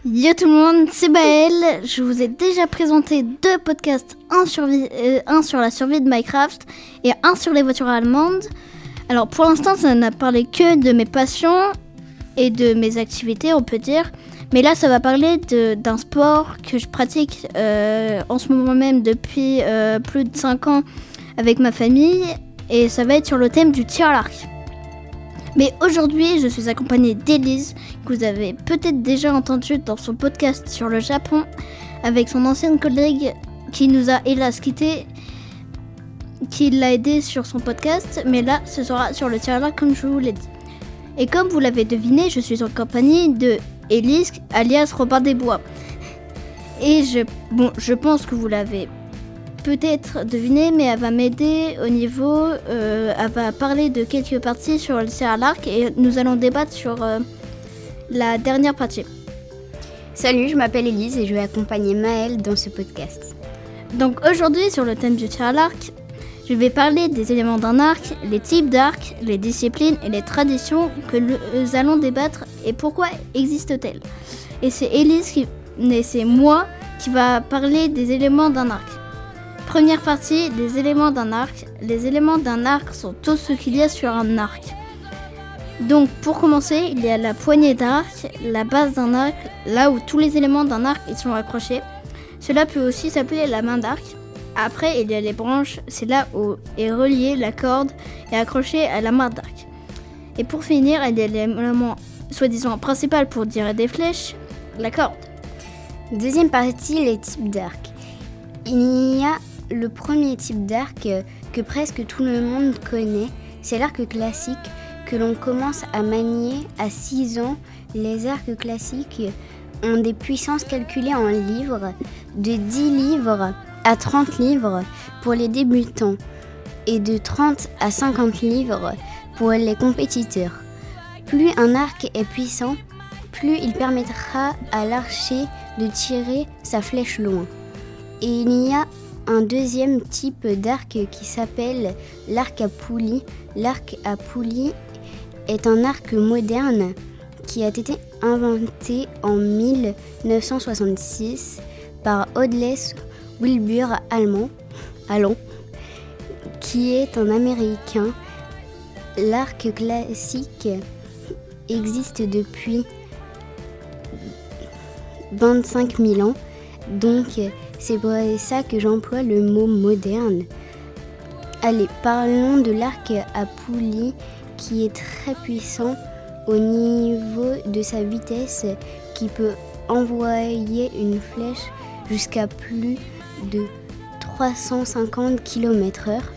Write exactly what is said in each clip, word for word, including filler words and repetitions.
Yo tout le monde, c'est Baël. Je vous ai déjà présenté deux podcasts, un sur, euh, un sur la survie de Minecraft et un sur les voitures allemandes. Alors pour l'instant, ça n'a parlé que de mes passions et de mes activités, on peut dire. Mais là, ça va parler de, d'un sport que je pratique euh, en ce moment même depuis euh, plus de cinq ans avec ma famille. Et ça va être sur le thème du tir à l'arc. Mais aujourd'hui, je suis accompagnée d'Élise, que vous avez peut-être déjà entendue dans son podcast sur le Japon, avec son ancienne collègue qui nous a hélas quittés, qui l'a aidé sur son podcast, mais là, ce sera sur le tir à l'arc comme je vous l'ai dit. Et comme vous l'avez deviné, je suis en compagnie de Élise, alias Robin des Bois. Et je, bon, je pense que vous l'avez peut-être deviné, mais elle va m'aider au niveau, euh, elle va parler de quelques parties sur le tir à l'arc et nous allons débattre sur euh, la dernière partie. Salut, je m'appelle Élise et je vais accompagner Maëlle dans ce podcast. Donc aujourd'hui, sur le thème du tir à l'arc, je vais parler des éléments d'un arc, les types d'arcs, les disciplines et les traditions que nous allons débattre et pourquoi existent-elles. Et c'est Élise qui, et c'est moi qui va parler des éléments d'un arc. Première partie, les éléments d'un arc. Les éléments d'un arc sont tout ce qu'il y a sur un arc. Donc pour commencer, il y a la poignée d'arc, la base d'un arc, là où tous les éléments d'un arc ils sont accrochés. Cela peut aussi s'appeler la main d'arc. Après, il y a les branches, c'est là où est reliée la corde et accrochée à la main d'arc. Et pour finir, il y a l'élément soi-disant principal pour tirer des flèches, la corde. Deuxième partie, les types d'arc. Il y a le premier type d'arc que presque tout le monde connaît, c'est l'arc classique que l'on commence à manier à six ans. Les arcs classiques ont des puissances calculées en livres, de dix livres à trente livres pour les débutants et de trente à cinquante livres pour les compétiteurs. Plus un arc est puissant, plus il permettra à l'archer de tirer sa flèche loin. Et il y a un deuxième type d'arc qui s'appelle l'arc à poulie. L'arc à poulie est un arc moderne qui a été inventé en mille neuf cent soixante-six par Odles Wilbur Allemand, Allon, qui est un Américain. L'arc classique existe depuis vingt-cinq mille ans, donc c'est pour ça que j'emploie le mot moderne. Allez, parlons de l'arc à poulie qui est très puissant au niveau de sa vitesse, qui peut envoyer une flèche jusqu'à plus de trois cent cinquante kilomètres heure.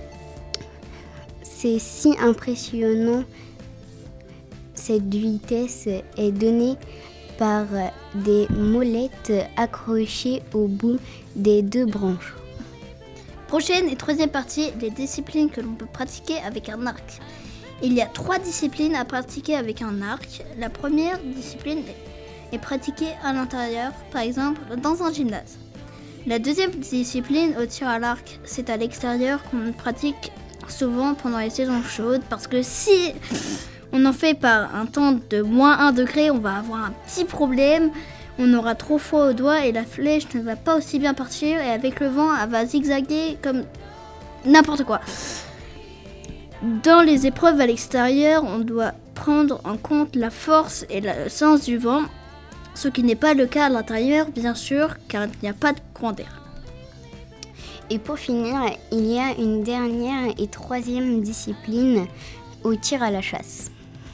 C'est si impressionnant. Cette vitesse est donnée par des molettes accrochées au bout des deux branches. Prochaine et troisième partie, les disciplines que l'on peut pratiquer avec un arc. Il y a trois disciplines à pratiquer avec un arc. La première discipline est pratiquée à l'intérieur, par exemple dans un gymnase. La deuxième discipline au tir à l'arc, c'est à l'extérieur qu'on pratique souvent pendant les saisons chaudes, parce que si on en fait par un temps de moins un degré, on va avoir un petit problème. On aura trop froid aux doigts et la flèche ne va pas aussi bien partir. Et avec le vent, elle va zigzaguer comme n'importe quoi. Dans les épreuves à l'extérieur, on doit prendre en compte la force et le sens du vent. Ce qui n'est pas le cas à l'intérieur, bien sûr, car il n'y a pas de courant d'air. Et pour finir, il y a une dernière et troisième discipline au tir à la chasse.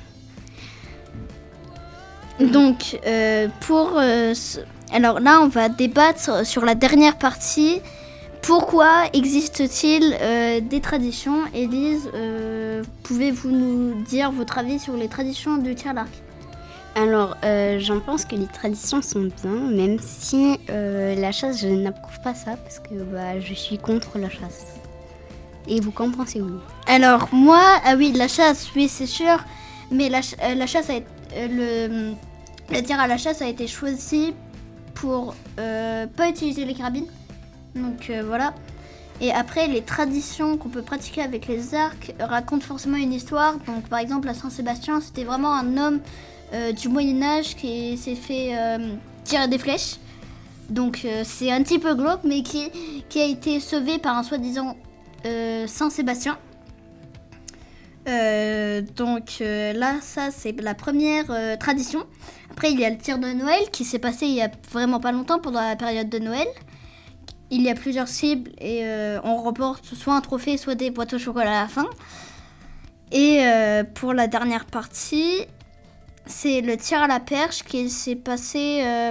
Donc, euh, pour... Euh, alors là, on va débattre sur la dernière partie. Pourquoi existe-t-il euh, des traditions ? Élise, euh, pouvez-vous nous dire votre avis sur les traditions du tir à l'arc ? Alors, euh, j'en pense que les traditions sont bien, même si euh, la chasse, je n'approuve pas ça, parce que bah, je suis contre la chasse. Et vous, qu'en pensez-vous ? Alors, moi, ah oui, la chasse, oui, c'est sûr, mais la, ch- euh, la chasse, a été, euh, le, le tir à la chasse a été choisi pour euh, pas utiliser les carabines. Donc euh, voilà. Et après, les traditions qu'on peut pratiquer avec les arcs racontent forcément une histoire. Donc par exemple, à Saint-Sébastien, c'était vraiment un homme euh, du Moyen-Âge qui s'est fait euh, tirer des flèches. Donc euh, c'est un petit peu glauque, mais qui, qui a été sauvé par un soi-disant euh, Saint Sébastien. Euh, donc euh, là, ça c'est la première euh, tradition. Après, il y a le tir de Noël qui s'est passé il y a vraiment pas longtemps pendant la période de Noël. Il y a plusieurs cibles et euh, on remporte soit un trophée, soit des boîtes au chocolat à la fin. Et euh, pour la dernière partie, c'est le tir à la perche qui s'est passé, euh,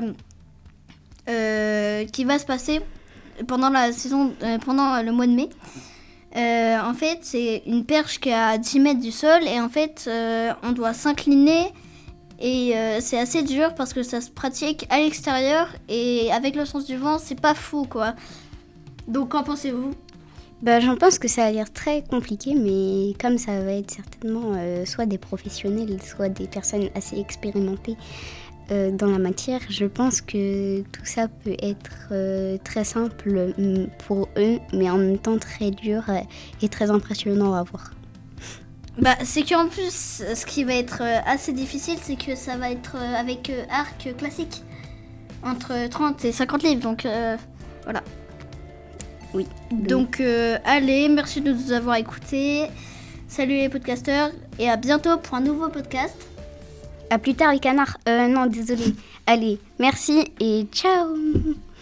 euh, qui va se passer pendant la saison, euh, pendant le mois de mai. Euh, en fait, c'est une perche qui est à dix mètres du sol et en fait, euh, on doit s'incliner et euh, c'est assez dur parce que ça se pratique à l'extérieur et avec le sens du vent, c'est pas fou quoi. Donc, qu'en pensez-vous ? Bah, j'en pense que ça a l'air très compliqué, mais comme ça va être certainement euh, soit des professionnels, soit des personnes assez expérimentées euh, dans la matière, je pense que tout ça peut être euh, très simple pour eux, mais en même temps très dur et très impressionnant à voir. Bah, c'est qu'en plus, ce qui va être assez difficile, c'est que ça va être avec euh, arc classique, entre trente et cinquante livres, donc euh, voilà. Oui. Donc, euh, allez, merci de nous avoir écoutés. Salut les podcasteurs et à bientôt pour un nouveau podcast. À plus tard les canards. Euh, non, désolé. Allez, merci et ciao.